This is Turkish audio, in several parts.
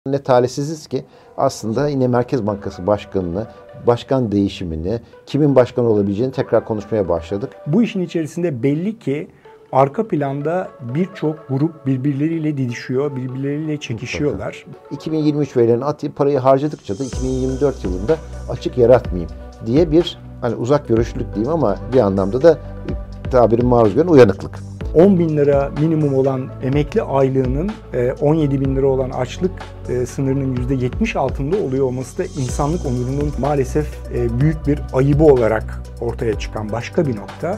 Ne talihsiziz ki aslında yine Merkez Bankası Başkanı'nı, başkan değişimini, kimin başkan olabileceğini tekrar konuşmaya başladık. Bu işin içerisinde belli ki arka planda birçok grup birbirleriyle didişiyor, birbirleriyle çekişiyorlar. 2023 verilerini atayım, parayı harcadıkça da 2024 yılında açık yaratmayayım diye bir uzak görüşlülük diyeyim ama bir anlamda da tabirin maruz gören uyanıklık. 10 bin lira minimum olan emekli aylığının 17 bin lira olan açlık sınırının %70 altında oluyor olması da insanlık onurunun maalesef büyük bir ayıbı olarak ortaya çıkan başka bir nokta.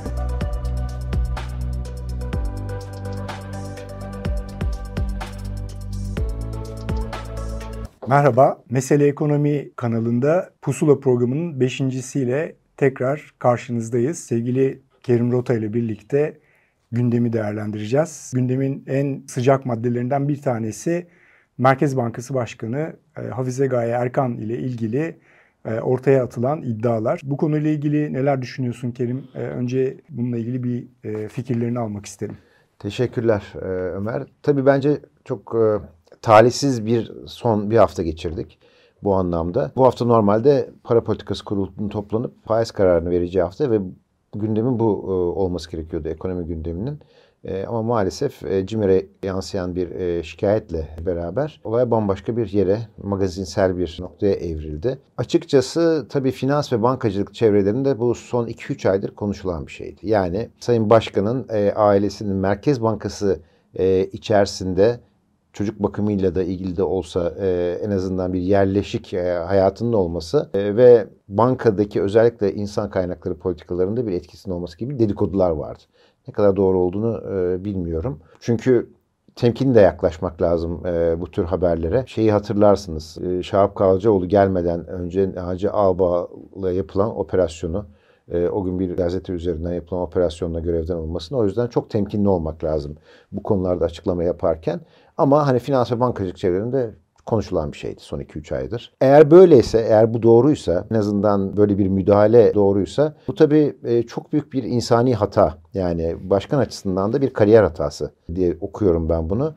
Merhaba, Mesele Ekonomi kanalında Pusula programının 5.'siyle tekrar karşınızdayız. Sevgili Kerim Rota ile birlikte gündemi değerlendireceğiz. Gündemin en sıcak maddelerinden bir tanesi Merkez Bankası Başkanı Hafize Gaye Erkan ile ilgili ortaya atılan iddialar. Bu konuyla ilgili neler düşünüyorsun Kerim? Önce bununla ilgili bir fikirlerini almak isterim. Teşekkürler Ömer. Tabii bence çok talihsiz son bir hafta geçirdik bu anlamda. Bu hafta normalde Para Politikası Kurulu'nun toplanıp faiz kararını vereceği hafta ve gündemin bu olması gerekiyordu, ekonomi gündeminin. Ama maalesef CİMER'e yansıyan bir şikayetle beraber olay bambaşka bir yere, magazinsel bir noktaya evrildi. Açıkçası tabii finans ve bankacılık çevrelerinde bu son 2-3 aydır konuşulan bir şeydi. Yani Sayın Başkan'ın ailesinin Merkez Bankası içerisinde çocuk bakımıyla da ilgili de olsa en azından bir yerleşik hayatının olması ve bankadaki özellikle insan kaynakları politikalarında bir etkisinin olması gibi dedikodular vardı. Ne kadar doğru olduğunu bilmiyorum. Çünkü temkinli de yaklaşmak lazım bu tür haberlere. Şeyi hatırlarsınız, Şahap Kavcıoğlu gelmeden önce Naci Ağbal'la yapılan operasyonu, o gün bir gazete üzerinden yapılan operasyonla görevden alınmasını. O yüzden çok temkinli olmak lazım bu konularda açıklama yaparken. Ama hani finans ve bankacılık çevrelerinde konuşulan bir şeydi son 2-3 aydır. Eğer böyleyse, eğer bu doğruysa, en azından böyle bir müdahale doğruysa, bu tabii çok büyük bir insani hata. Yani başkan açısından da bir kariyer hatası diye okuyorum ben bunu.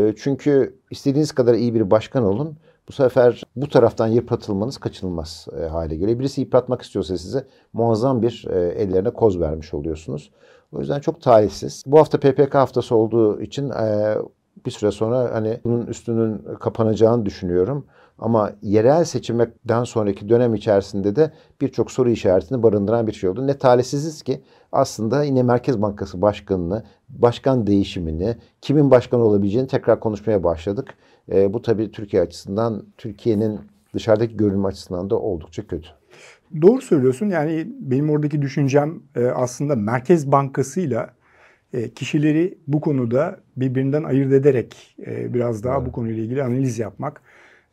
Çünkü istediğiniz kadar iyi bir başkan olun, bu sefer bu taraftan yıpratılmanız kaçınılmaz hale geliyor. Birisi yıpratmak istiyorsa size muazzam bir ellerine koz vermiş oluyorsunuz. O yüzden çok talihsiz. Bu hafta PPK haftası olduğu için bir süre sonra hani bunun üstünün kapanacağını düşünüyorum. Ama yerel seçimden sonraki dönem içerisinde de birçok soru işaretini barındıran bir şey oldu. Ne talihsiziz ki aslında yine Merkez Bankası Başkanı'nı, başkan değişimini, kimin başkan olabileceğini tekrar konuşmaya başladık. Bu tabii Türkiye açısından, Türkiye'nin dışarıdaki görünüm açısından da oldukça kötü. Doğru söylüyorsun. Yani benim oradaki düşüncem aslında Merkez Bankası'yla kişileri bu konuda birbirinden ayırt ederek biraz daha bu konuyla ilgili analiz yapmak.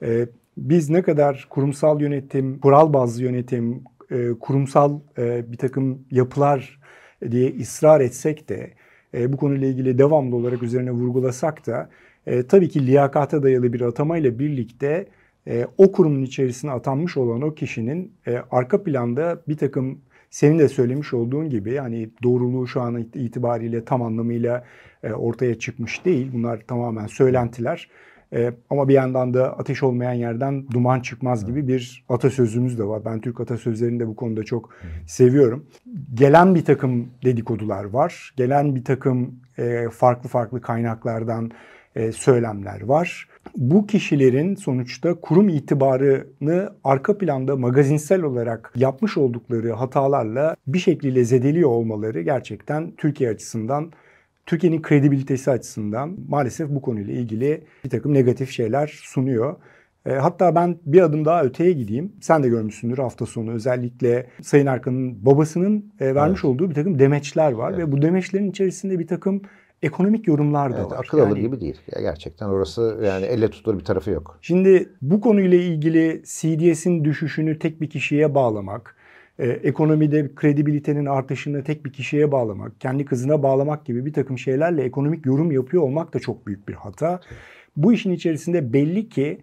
Biz ne kadar kurumsal yönetim, kural bazlı yönetim, kurumsal bir takım yapılar diye ısrar etsek de bu konuyla ilgili devamlı olarak üzerine vurgulasak da tabii ki liyakata dayalı bir atamayla birlikte o kurumun içerisine atanmış olan o kişinin arka planda bir takım senin de söylemiş olduğun gibi yani doğruluğu şu an itibariyle tam anlamıyla ortaya çıkmış değil. Bunlar tamamen söylentiler. Ama bir yandan da ateş olmayan yerden duman çıkmaz gibi bir atasözümüz de var. Ben Türk atasözlerini de bu konuda çok seviyorum. Gelen bir takım dedikodular var. Gelen bir takım farklı kaynaklardan söylemler var. Bu kişilerin sonuçta kurum itibarını arka planda magazinsel olarak yapmış oldukları hatalarla bir şekilde zedeliyor olmaları gerçekten Türkiye açısından, Türkiye'nin kredibilitesi açısından maalesef bu konuyla ilgili bir takım negatif şeyler sunuyor. Hatta ben bir adım daha öteye gideyim. Sen de görmüşsündür hafta sonu özellikle Sayın Erkan'ın babasının vermiş olduğu bir takım demeçler var. Ve bu demeçlerin içerisinde bir takım ekonomik yorumlar da var. Akıl alır gibi değil. Gerçekten orası yani elle tutulur bir tarafı yok. Şimdi bu konuyla ilgili CDS'in düşüşünü tek bir kişiye bağlamak, ekonomide kredibilitenin artışını tek bir kişiye bağlamak, kendi kızına bağlamak gibi bir takım şeylerle ekonomik yorum yapıyor olmak da çok büyük bir hata. Bu işin içerisinde belli ki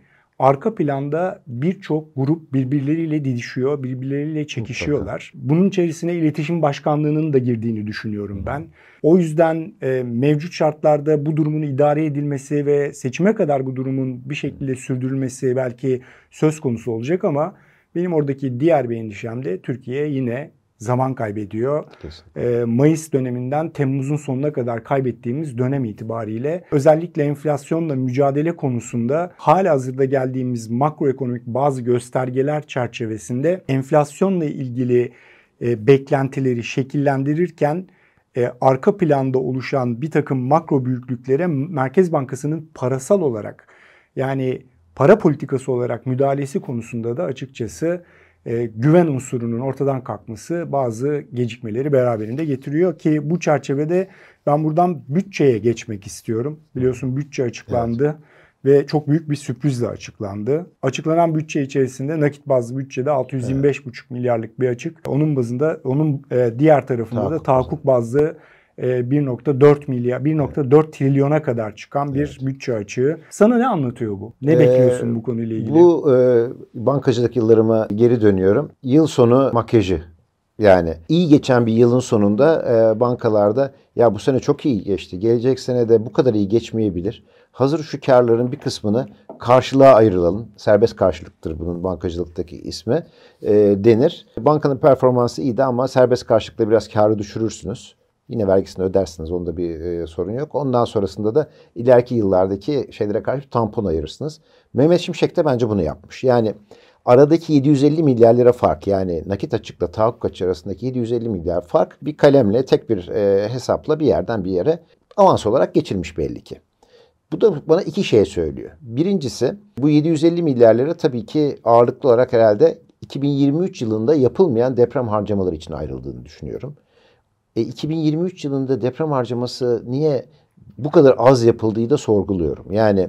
arka planda birçok grup birbirleriyle didişiyor, birbirleriyle çekişiyorlar. Bunun içerisine iletişim başkanlığının da girdiğini düşünüyorum ben. O yüzden mevcut şartlarda bu durumun idare edilmesi ve seçime kadar bu durumun bir şekilde sürdürülmesi belki söz konusu olacak ama benim oradaki diğer bir endişem de Türkiye yine zaman kaybediyor. Mayıs döneminden Temmuz'un sonuna kadar kaybettiğimiz dönem itibariyle özellikle enflasyonla mücadele konusunda halihazırda geldiğimiz makroekonomik bazı göstergeler çerçevesinde enflasyonla ilgili beklentileri şekillendirirken arka planda oluşan bir takım makro büyüklüklere Merkez Bankası'nın parasal olarak yani para politikası olarak müdahalesi konusunda da açıkçası güven unsurunun ortadan kalkması bazı gecikmeleri beraberinde getiriyor ki bu çerçevede ben buradan bütçeye geçmek istiyorum. Biliyorsun bütçe açıklandı ve çok büyük bir sürprizle açıklandı. Açıklanan bütçe içerisinde nakit bazlı bütçede 625,5 milyarlık bir açık. Onun bazında diğer tarafında da tahakkuk bazlı 1,4 milyar, 1,4 trilyona kadar çıkan bir bütçe açığı. Sana ne anlatıyor bu? Ne bekliyorsun bu konuyla ilgili? Bu bankacılık yıllarıma geri dönüyorum. Yıl sonu makyajı. Yani iyi geçen bir yılın sonunda bankalarda ya bu sene çok iyi geçti. Gelecek sene de bu kadar iyi geçmeyebilir. Hazır şu karların bir kısmını karşılığa ayrılalım. Serbest karşılıktır bunun bankacılıktaki ismi denir. Bankanın performansı iyiydi ama serbest karşılıkla biraz karı düşürürsünüz. Yine vergisini ödersiniz. Onda bir sorun yok. Ondan sonrasında da ileriki yıllardaki şeylere karşı tampon ayırırsınız. Mehmet Şimşek de bence bunu yapmış. Yani aradaki 750 milyar lira fark yani nakit açıkla tahakkuk açığı arasındaki 750 milyar fark bir kalemle tek bir hesapla bir yerden bir yere avans olarak geçilmiş belli ki. Bu da bana iki şey söylüyor. Birincisi bu 750 milyar lira tabii ki ağırlıklı olarak herhalde 2023 yılında yapılmayan deprem harcamaları için ayrıldığını düşünüyorum. 2023 yılında deprem harcaması niye bu kadar az yapıldığı da sorguluyorum. Yani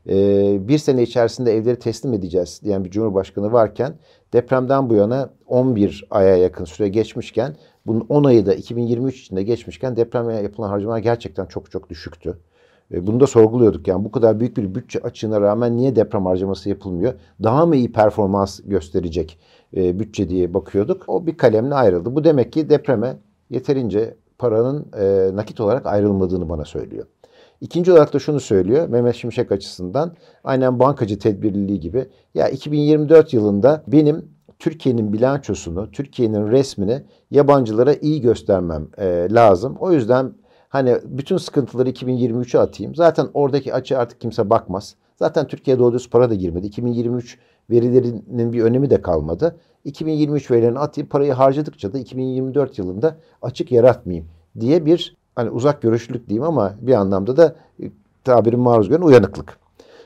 bir sene içerisinde evleri teslim edeceğiz diyen bir cumhurbaşkanı varken depremden bu yana 11 aya yakın süre geçmişken bunun 10 ayı da 2023 içinde geçmişken depreme yapılan harcamalar gerçekten çok çok düşüktü. Bunu da sorguluyorduk yani bu kadar büyük bir bütçe açığına rağmen niye deprem harcaması yapılmıyor? Daha mı iyi performans gösterecek bütçe diye bakıyorduk. O bir kalemle ayrıldı. Bu demek ki depreme yeterince paranın nakit olarak ayrılmadığını bana söylüyor. İkinci olarak da şunu söylüyor Mehmet Şimşek açısından aynen bankacı tedbirliliği gibi ya 2024 yılında benim Türkiye'nin bilançosunu, Türkiye'nin resmini yabancılara iyi göstermem lazım. O yüzden hani bütün sıkıntıları 2023'e atayım. Zaten oradaki açığa artık kimse bakmaz. Zaten Türkiye'ye doğru düz para da girmedi. 2023 verilerinin bir önemi de kalmadı. 2023 verilerini atayım parayı harcadıkça da 2024 yılında açık yaratmayayım diye bir hani uzak görüşlülük diyeyim ama bir anlamda da tabirin maruz gören uyanıklık.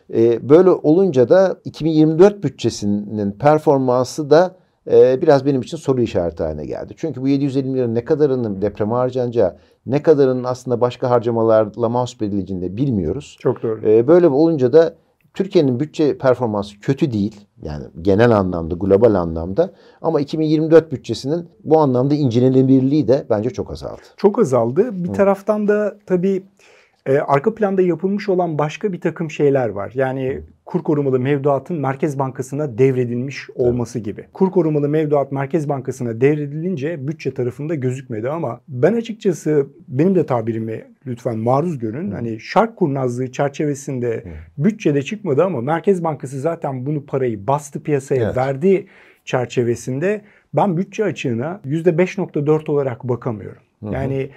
Böyle olunca da 2024 bütçesinin performansı da biraz benim için soru işareti haline geldi. Çünkü bu 750 milyon ne kadarının depreme harcanacağı, ne kadarının aslında başka harcamalarla mahsup edileceğini de bilmiyoruz. Çok doğru. Böyle olunca da Türkiye'nin bütçe performansı kötü değil. Yani genel anlamda, global anlamda. Ama 2024 bütçesinin bu anlamda incelenebilirliği de bence çok azaldı. Çok azaldı. Bir taraftan da tabii arka planda yapılmış olan başka bir takım şeyler var. Yani kur korumalı mevduatın Merkez Bankası'na devredilmiş olması gibi. Kur korumalı mevduat Merkez Bankası'na devredilince bütçe tarafında gözükmedi ama ben açıkçası benim de tabirimi lütfen maruz görün. Hani şark kurnazlığı çerçevesinde bütçede çıkmadı ama Merkez Bankası zaten bunu parayı bastı piyasaya verdi çerçevesinde ben bütçe açığına %5,4 olarak bakamıyorum. Yani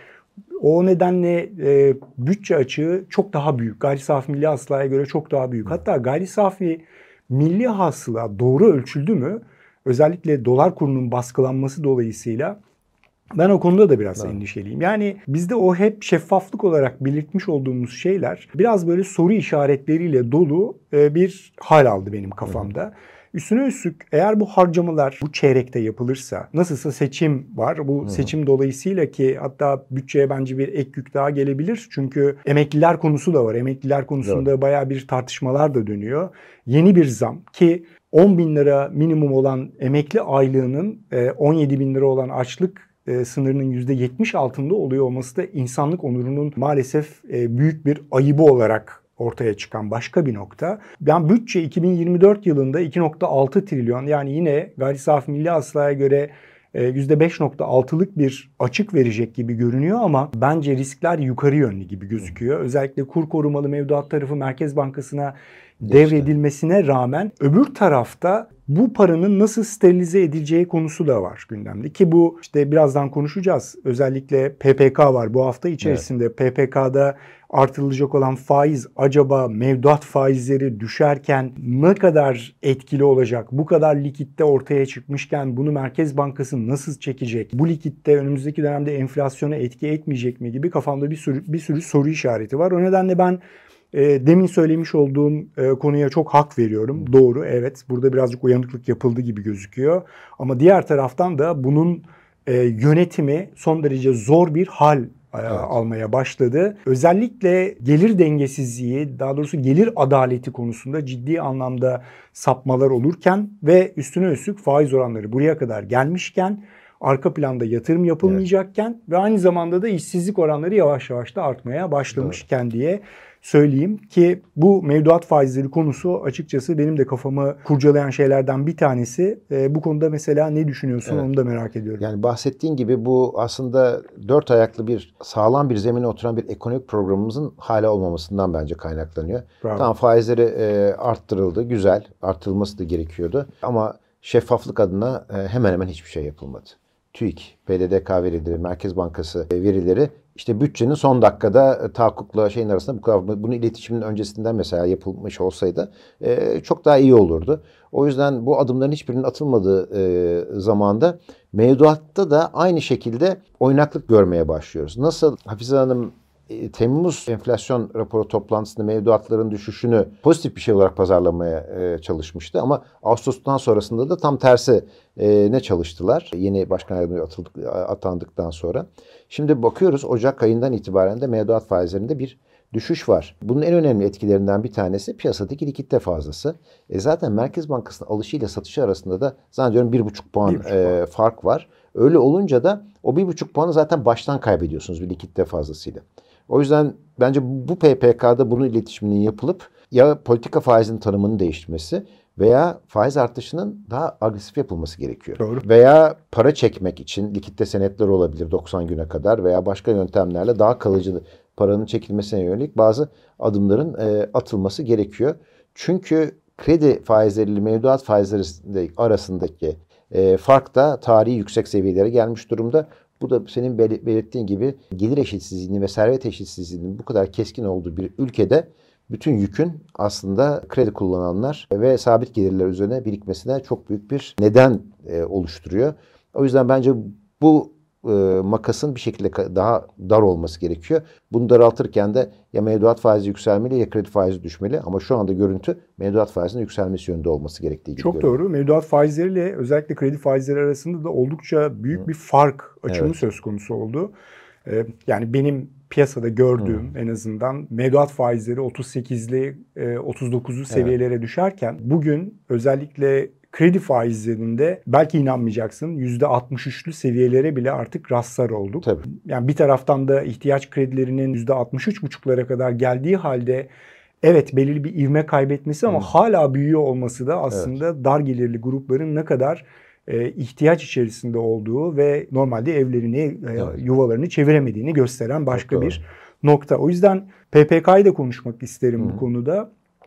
o nedenle bütçe açığı çok daha büyük. Gayri safi milli hasılaya göre çok daha büyük. Hatta gayri safi milli hasıla doğru ölçüldü mü özellikle dolar kurunun baskılanması dolayısıyla ben o konuda da biraz endişeliyim. Yani bizde o hep şeffaflık olarak belirtmiş olduğumuz şeyler biraz böyle soru işaretleriyle dolu bir hal aldı benim kafamda. Üstüne üstlük eğer bu harcamalar bu çeyrekte yapılırsa nasılsa seçim var. Bu seçim dolayısıyla ki hatta bütçeye bence bir ek yük daha gelebilir. Çünkü emekliler konusu da var. Emekliler konusunda bayağı bir tartışmalar da dönüyor. Yeni bir zam ki 10 bin lira minimum olan emekli aylığının 17 bin lira olan açlık sınırının %70 altında oluyor olması da insanlık onurunun maalesef büyük bir ayıbı olarak ortaya çıkan başka bir nokta. Yani bütçe 2024 yılında 2,6 trilyon, yani yine gayri safi milli hasılaya göre %5,6'lık bir açık verecek gibi görünüyor ama bence riskler yukarı yönlü gibi gözüküyor. Özellikle kur korumalı mevduat tarafı Merkez Bankası'na devredilmesine rağmen öbür tarafta bu paranın nasıl sterilize edileceği konusu da var gündemde. Ki bu işte birazdan konuşacağız. Özellikle PPK var bu hafta içerisinde. Evet. PPK'da artırılacak olan faiz acaba mevduat faizleri düşerken ne kadar etkili olacak? Bu kadar likitte ortaya çıkmışken bunu Merkez Bankası nasıl çekecek? Bu likitte önümüzdeki dönemde enflasyona etki etmeyecek mi gibi kafamda bir sürü soru işareti var. O nedenle ben demin söylemiş olduğum konuya çok hak veriyorum. Doğru, evet, burada birazcık uyanıklık yapıldı gibi gözüküyor. Ama diğer taraftan da bunun yönetimi son derece zor bir hal almaya başladı. Özellikle gelir dengesizliği, daha doğrusu gelir adaleti konusunda ciddi anlamda sapmalar olurken ve üstüne üstlük faiz oranları buraya kadar gelmişken, arka planda yatırım yapılmayacakken ve aynı zamanda da işsizlik oranları yavaş yavaş da artmaya başlamışken diye söyleyeyim ki bu mevduat faizleri konusu açıkçası benim de kafamı kurcalayan şeylerden bir tanesi. Bu konuda mesela ne düşünüyorsun, onu da merak ediyorum. Yani bahsettiğin gibi bu aslında dört ayaklı bir sağlam bir zemine oturan bir ekonomik programımızın hala olmamasından bence kaynaklanıyor. Bravo. Tamam, faizleri arttırıldı, güzel, arttırılması da gerekiyordu ama şeffaflık adına hemen hemen hiçbir şey yapılmadı. TÜİK, PDDK verileri, Merkez Bankası verileri işte bütçenin son dakikada tahakkukla şeyin arasında bu kadar, bunu iletişimin öncesinden mesela yapılmış olsaydı çok daha iyi olurdu. O yüzden bu adımların hiçbirinin atılmadığı zamanda mevduatta da aynı şekilde oynaklık görmeye başlıyoruz. Nasıl Hafize Hanım Temmuz enflasyon raporu toplantısında mevduatların düşüşünü pozitif bir şey olarak pazarlamaya çalışmıştı. Ama Ağustos'tan sonrasında da tam tersi ne çalıştılar? Yeni başkan yardımcısı atandıktan sonra. Şimdi bakıyoruz Ocak ayından itibaren de mevduat faizlerinde bir düşüş var. Bunun en önemli etkilerinden bir tanesi piyasadaki likitte fazlası. Zaten Merkez Bankası'nın alışıyla satışı arasında da zannediyorum 1,5 puan fark var. Öyle olunca da o 1,5 puanı zaten baştan kaybediyorsunuz bir likitte fazlasıyla. O yüzden bence bu PPK'da bunun iletişiminin yapılıp ya politika faizinin tanımının değiştirmesi veya faiz artışının daha agresif yapılması gerekiyor. Doğru. Veya para çekmek için likitte senetler olabilir 90 güne kadar veya başka yöntemlerle daha kalıcı paranın çekilmesine yönelik bazı adımların atılması gerekiyor. Çünkü kredi faizleriyle mevduat faizleri arasındaki fark da tarihi yüksek seviyelere gelmiş durumda. Bu da senin belirttiğin gibi gelir eşitsizliğinin ve servet eşitsizliğinin bu kadar keskin olduğu bir ülkede bütün yükün aslında kredi kullananlar ve sabit gelirler üzerine birikmesine çok büyük bir neden oluşturuyor. O yüzden bence bu makasın bir şekilde daha dar olması gerekiyor. Bunu daraltırken de ya mevduat faizi yükselmeli ya kredi faizi düşmeli. Ama şu anda görüntü mevduat faizinin yükselmesi yönünde olması gerektiği gibi çok görünüyor. Doğru. Mevduat faizleriyle özellikle kredi faizleri arasında da oldukça büyük bir fark açımı söz konusu oldu. Yani benim piyasada gördüğüm en azından mevduat faizleri 38'li 39'lu seviyelere düşerken bugün özellikle kredi faizlerinde belki inanmayacaksın %63'lü seviyelere bile artık rastlar olduk. Tabii. Yani bir taraftan da ihtiyaç kredilerinin %63,5'lara kadar geldiği halde evet belirli bir ivme kaybetmesi ama hala büyüyor olması da aslında dar gelirli grupların ne kadar ihtiyaç içerisinde olduğu ve normalde evlerini, yuvalarını çeviremediğini gösteren başka bir nokta. O yüzden PPK'yı da konuşmak isterim bu konuda.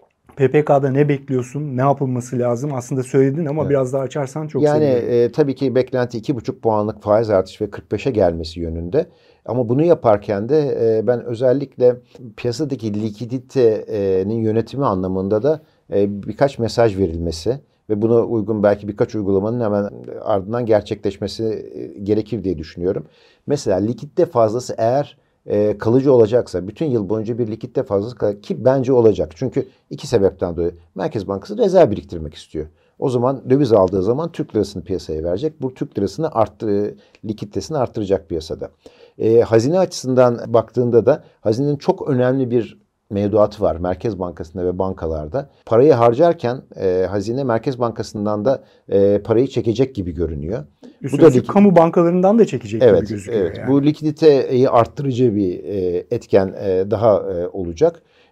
PPK'da ne bekliyorsun? Ne yapılması lazım? Aslında söyledin ama biraz daha açarsan çok sevinirim. Yani tabii ki beklenti 2,5 puanlık faiz artışı ve 45'e gelmesi yönünde. Ama bunu yaparken de ben özellikle piyasadaki likiditenin yönetimi anlamında da birkaç mesaj verilmesi ve buna uygun belki birkaç uygulamanın hemen ardından gerçekleşmesi gerekir diye düşünüyorum. Mesela likitte fazlası eğer kalıcı olacaksa, bütün yıl boyunca bir likitte fazlası ki bence olacak. Çünkü iki sebepten dolayı Merkez Bankası rezerv biriktirmek istiyor. O zaman döviz aldığı zaman Türk lirasını piyasaya verecek. Bu Türk lirasını likiditesini arttıracak piyasada. Hazine açısından baktığında da hazinenin çok önemli bir mevduatı var Merkez Bankası'nda ve bankalarda. Parayı harcarken hazine Merkez Bankası'ndan da parayı çekecek gibi görünüyor. Bu da kamu bankalarından da çekecek gibi gözüküyor. Evet. Yani. Bu likiditeyi arttırıcı bir etken daha olacak.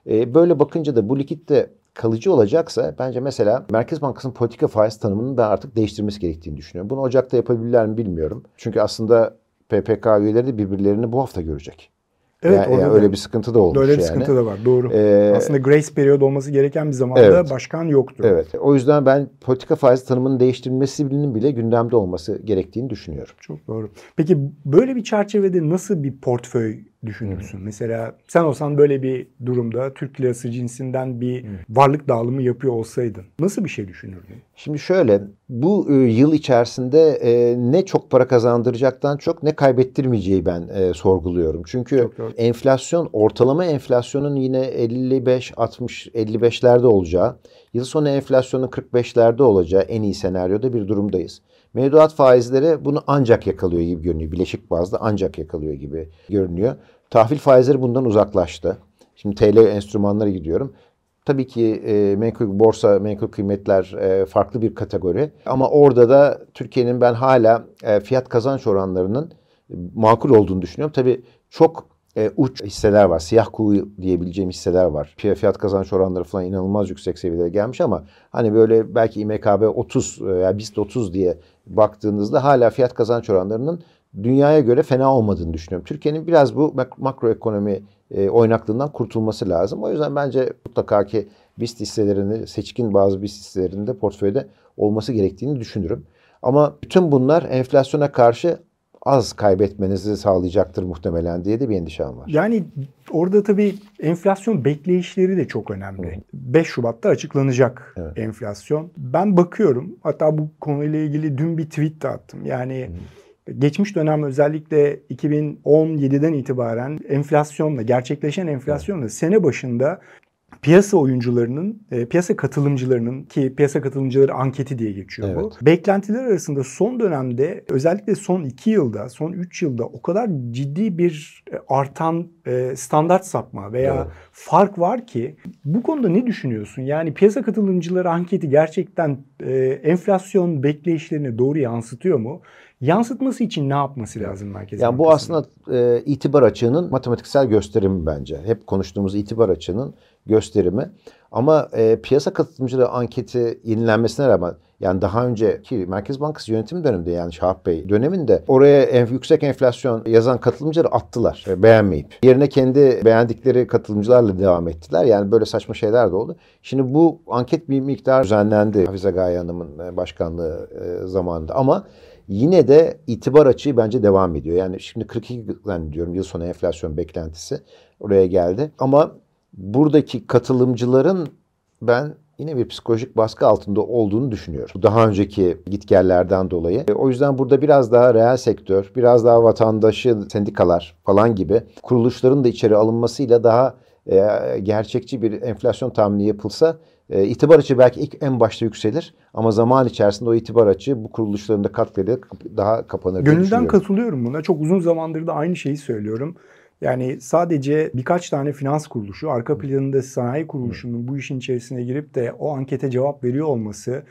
Böyle bakınca da bu likitte kalıcı olacaksa bence mesela Merkez Bankası'nın politika faiz tanımını da artık değiştirmesi gerektiğini düşünüyorum. Bunu Ocak'ta yapabilirler mi bilmiyorum. Çünkü aslında PPK üyeleri de birbirlerini bu hafta görecek. Evet, yani öyle bir sıkıntı da olmuş öyle bir yani. sıkıntı da var. Doğru. Aslında grace period olması gereken bir zamanda Evet. başkan yoktu. Evet. O yüzden ben politika faiz tanımının değiştirilmesinin bile gündemde olması gerektiğini düşünüyorum. Çok doğru. Peki böyle bir çerçevede nasıl bir portföy düşünürsün? Mesela sen olsan böyle bir durumda Türk lirası cinsinden bir varlık dağılımı yapıyor olsaydın nasıl bir şey düşünürdün? Şimdi şöyle, bu yıl içerisinde ne çok para kazandıracaktan çok ne kaybettirmeyeceği ben sorguluyorum. Çünkü enflasyon, ortalama enflasyonun yine 55, 60, 55'lerde olacağı, yıl sonu enflasyonun 45'lerde olacağı en iyi senaryoda bir durumdayız. Mevduat faizleri bunu ancak yakalıyor gibi görünüyor. Bileşik bazda ancak yakalıyor gibi görünüyor. Tahvil faizleri bundan uzaklaştı. Şimdi TL enstrümanlara gidiyorum. Tabii ki borsa, menkul kıymetler farklı bir kategori. Ama orada da Türkiye'nin ben hala fiyat kazanç oranlarının makul olduğunu düşünüyorum. Tabii çok uç hisseler var. Siyah kuğu diyebileceğim hisseler var. Fiyat kazanç oranları falan inanılmaz yüksek seviyelere gelmiş ama hani böyle belki İMKB 30 veya BIST 30 diye baktığınızda hala fiyat kazanç oranlarının dünyaya göre fena olmadığını düşünüyorum. Türkiye'nin biraz bu makroekonomi oynaklığından kurtulması lazım. O yüzden bence mutlaka ki BIST hisselerini, seçkin bazı BIST hisselerinde portföyde olması gerektiğini düşünürüm. Ama bütün bunlar enflasyona karşı az kaybetmenizi sağlayacaktır muhtemelen diye de bir endişem var. Yani orada tabii enflasyon bekleyişleri de çok önemli. 5 Şubat'ta açıklanacak enflasyon. Ben bakıyorum, hatta bu konuyla ilgili dün bir tweet de attım. Yani geçmiş dönem özellikle 2017'den itibaren enflasyonla, gerçekleşen enflasyonla sene başında piyasa oyuncularının, piyasa katılımcılarının, ki piyasa katılımcıları anketi diye geçiyor bu. Beklentiler arasında son dönemde, özellikle son 2 yılda, son 3 yılda o kadar ciddi bir artan standart sapma veya fark var ki bu konuda ne düşünüyorsun? Yani piyasa katılımcıları anketi gerçekten enflasyon bekleyişlerini doğru yansıtıyor mu? Yansıtması için ne yapması lazım Merkez Bankası'nın? Yani bu aslında itibar açığının matematiksel gösterimi bence. Hep konuştuğumuz itibar açığının gösterimi. Ama piyasa katılımcıları anketi yenilenmesine rağmen, yani daha önceki Merkez Bankası yönetim döneminde, yani Şahap Bey döneminde oraya yüksek enflasyon yazan katılımcıları attılar beğenmeyip. Yerine kendi beğendikleri katılımcılarla devam ettiler. Yani böyle saçma şeyler de oldu. Şimdi bu anket bir miktar düzenlendi Hafize Gaye Hanım'ın başkanlığı zamanında, ama yine de itibar açığı bence devam ediyor. Yani şimdi 42 zannediyorum yıl sonu enflasyon beklentisi oraya geldi. Ama buradaki katılımcıların ben yine bir psikolojik baskı altında olduğunu düşünüyorum. Daha önceki gitgellerden dolayı. O yüzden burada biraz daha reel sektör, biraz daha vatandaşı, sendikalar falan gibi kuruluşların da içeri alınmasıyla daha gerçekçi bir enflasyon tahmini yapılsa, itibar açığı belki ilk en başta yükselir ama zaman içerisinde o itibar açığı bu kuruluşların da katkıyla daha kapanır. Gönülden katılıyorum buna. Çok uzun zamandır da aynı şeyi söylüyorum. Yani sadece birkaç tane finans kuruluşu, arka planında sanayi kuruluşunun bu işin içerisine girip de o ankete cevap veriyor olması,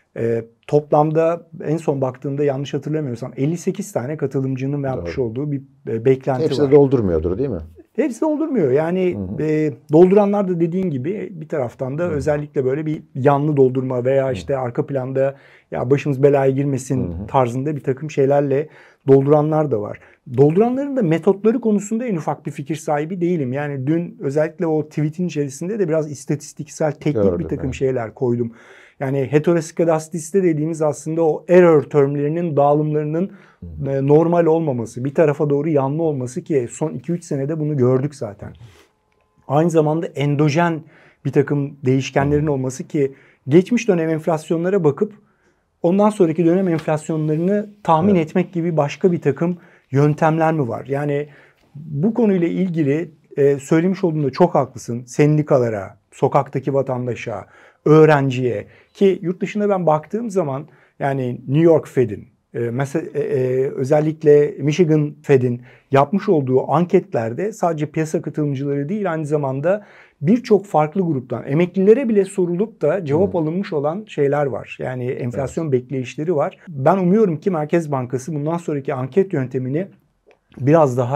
toplamda en son baktığımda yanlış hatırlamıyorsam 58 tane katılımcının yapmış olduğu bir beklenti var. Hepsi de doldurmuyordur değil mi? Hepsi doldurmuyor. Yani dolduranlar da dediğin gibi bir taraftan da özellikle böyle bir yanlı doldurma veya işte arka planda ya başımız belaya girmesin tarzında bir takım şeylerle dolduranlar da var. Dolduranların da metotları konusunda en ufak bir fikir sahibi değilim. Yani dün özellikle o tweetin içerisinde de biraz istatistiksel, teknik bir takım şeyler koydum. Yani heteroskedastisite dediğimiz aslında o error termlerinin dağılımlarının normal olmaması, bir tarafa doğru yanlı olması, ki son 2-3 senede bunu gördük zaten. Aynı zamanda endojen bir takım değişkenlerin olması, ki geçmiş dönem enflasyonlara bakıp ondan sonraki dönem enflasyonlarını tahmin etmek gibi başka bir takım yöntemler mi var? Yani bu konuyla ilgili söylemiş olduğunda çok haklısın. Sendikalara, sokaktaki vatandaşa, öğrenciye, ki yurt dışında ben baktığım zaman yani New York Fed'in, mesela özellikle Michigan Fed'in yapmış olduğu anketlerde sadece piyasa katılımcıları değil, aynı zamanda birçok farklı gruptan, emeklilere bile sorulup da cevap alınmış olan şeyler var. Yani enflasyon bekleyişleri var. Ben umuyorum ki Merkez Bankası bundan sonraki anket yöntemini biraz daha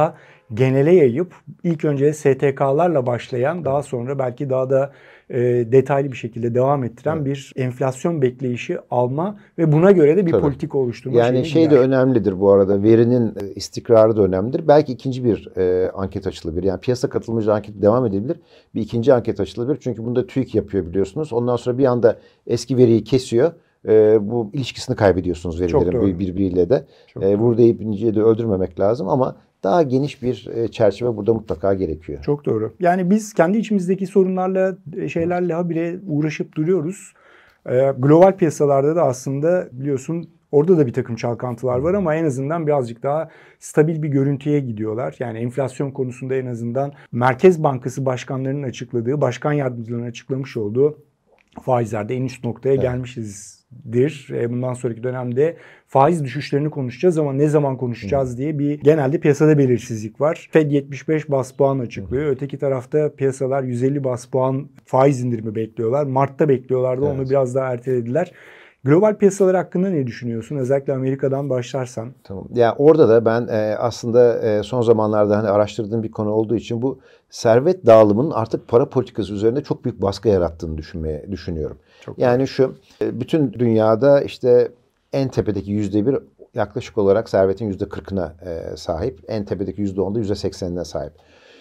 genele yayıp ilk önce STK'larla başlayan daha sonra belki daha da detaylı bir şekilde devam ettiren bir enflasyon bekleyişi alma ve buna göre de bir politika oluşturma yani şey de önemlidir bu arada, verinin istikrarı da önemlidir. Belki ikinci bir anket açılabilir. Yani piyasa katılımcı anket devam edebilir. Bir ikinci anket açılabilir. Çünkü bunda TÜİK yapıyor biliyorsunuz. Ondan sonra bir anda eski veriyi kesiyor. Bu ilişkisini kaybediyorsunuz verilerin birbiriyle de. Burada inciyi de öldürmemek lazım ama daha geniş bir çerçeve burada mutlaka gerekiyor. Çok doğru. Yani biz kendi içimizdeki sorunlarla, şeylerle habire uğraşıp duruyoruz. Global piyasalarda da aslında biliyorsun orada da bir takım çalkantılar var ama en azından birazcık daha stabil bir görüntüye gidiyorlar. Yani enflasyon konusunda en azından Merkez Bankası başkanlarının açıkladığı, başkan yardımcılarının açıklamış olduğu faizlerde en üst noktaya gelmişizdir. Bundan sonraki dönemde faiz düşüşlerini konuşacağız ama ne zaman konuşacağız diye bir genelde piyasada belirsizlik var. Fed 75 bas puan açıklıyor. Öteki tarafta piyasalar 150 bas puan faiz indirimi bekliyorlar. Mart'ta bekliyorlardı. Onu biraz daha ertelediler. Global piyasalar hakkında ne düşünüyorsun? Özellikle Amerika'dan başlarsan. Tamam. Yani orada da ben aslında son zamanlarda hani araştırdığım bir konu olduğu için bu servet dağılımının artık para politikası üzerinde çok büyük baskı yarattığını düşünüyorum. Yani şu bütün dünyada işte en tepedeki %1 yaklaşık olarak servetin %40'ına sahip. En tepedeki %10'da %80'ine sahip.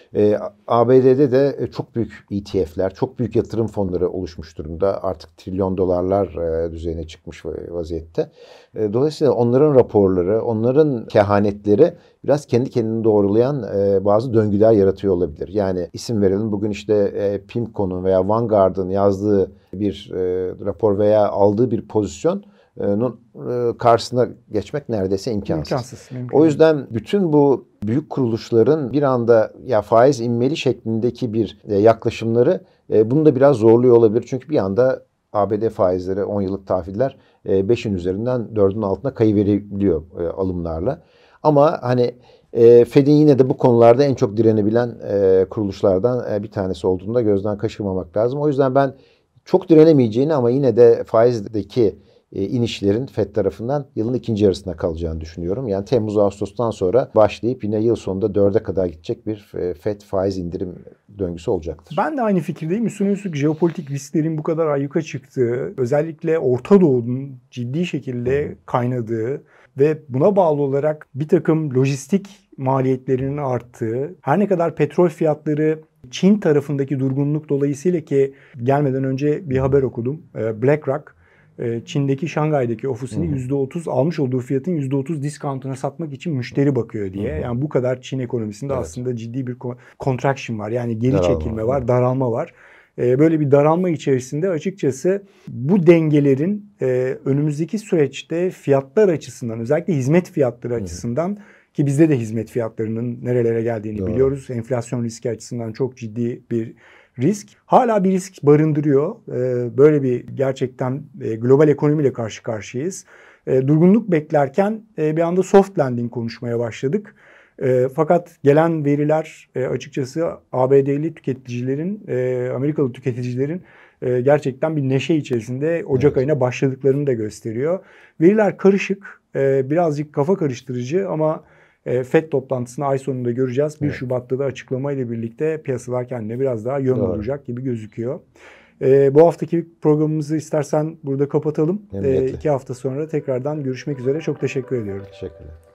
ABD'de de çok büyük ETF'ler, çok büyük yatırım fonları oluşmuş durumda. Artık trilyon dolarlar düzeyine çıkmış vaziyette. Dolayısıyla onların raporları, onların kehanetleri biraz kendi kendini doğrulayan bazı döngüler yaratıyor olabilir. Yani isim verelim, bugün işte PIMCO'nun veya Vanguard'ın yazdığı bir rapor veya aldığı bir pozisyon karşısına geçmek neredeyse imkansız. O yüzden bütün bu büyük kuruluşların bir anda ya faiz inmeli şeklindeki bir yaklaşımları bunu da biraz zorluyor olabilir. Çünkü bir anda ABD faizleri 10 yıllık tahviller 5'in üzerinden 4'ün altına kayıverebiliyor alımlarla. Ama hani Fed'in yine de bu konularda en çok direnebilen kuruluşlardan bir tanesi olduğunu da gözden kaçırmamak lazım. O yüzden ben çok direnemeyeceğini ama yine de faizdeki inişlerin Fed tarafından yılın ikinci yarısına kalacağını düşünüyorum. Yani Temmuz-Ağustos'tan sonra başlayıp yine yıl sonunda 4'e kadar gidecek bir Fed faiz indirim döngüsü olacaktır. Ben de aynı fikirdeyim. Üstüne üstlük jeopolitik risklerin bu kadar ayyuka çıktığı, özellikle Orta Doğu'nun ciddi şekilde kaynadığı ve buna bağlı olarak bir takım lojistik maliyetlerinin arttığı, her ne kadar petrol fiyatları Çin tarafındaki durgunluk dolayısıyla ki gelmeden önce bir haber okudum. BlackRock Çin'deki Şangay'daki ofisini %30 almış olduğu fiyatın %30 diskantına satmak için müşteri bakıyor diye. Yani bu kadar Çin ekonomisinde aslında ciddi bir contraction var. Yani geri çekilme var, daralma var. Böyle bir daralma içerisinde açıkçası bu dengelerin önümüzdeki süreçte fiyatlar açısından, özellikle hizmet fiyatları açısından, ki bizde de hizmet fiyatlarının nerelere geldiğini biliyoruz. Enflasyon riski açısından çok ciddi bir risk. Hala bir risk barındırıyor. Böyle bir gerçekten global ekonomiyle karşı karşıyayız. Durgunluk beklerken bir anda soft landing konuşmaya başladık. Fakat gelen veriler açıkçası ABD'li tüketicilerin, Amerikalı tüketicilerin gerçekten bir neşe içerisinde Ocak ayına başladıklarını da gösteriyor. Veriler karışık, birazcık kafa karıştırıcı ama FED toplantısını ay sonunda göreceğiz. 1 Şubat'ta da açıklamayla birlikte piyasalar kendine biraz daha yön bulacak gibi gözüküyor. Bu haftaki programımızı istersen burada kapatalım. 2 hafta sonra tekrardan görüşmek üzere. Çok teşekkür ediyorum. Teşekkürler.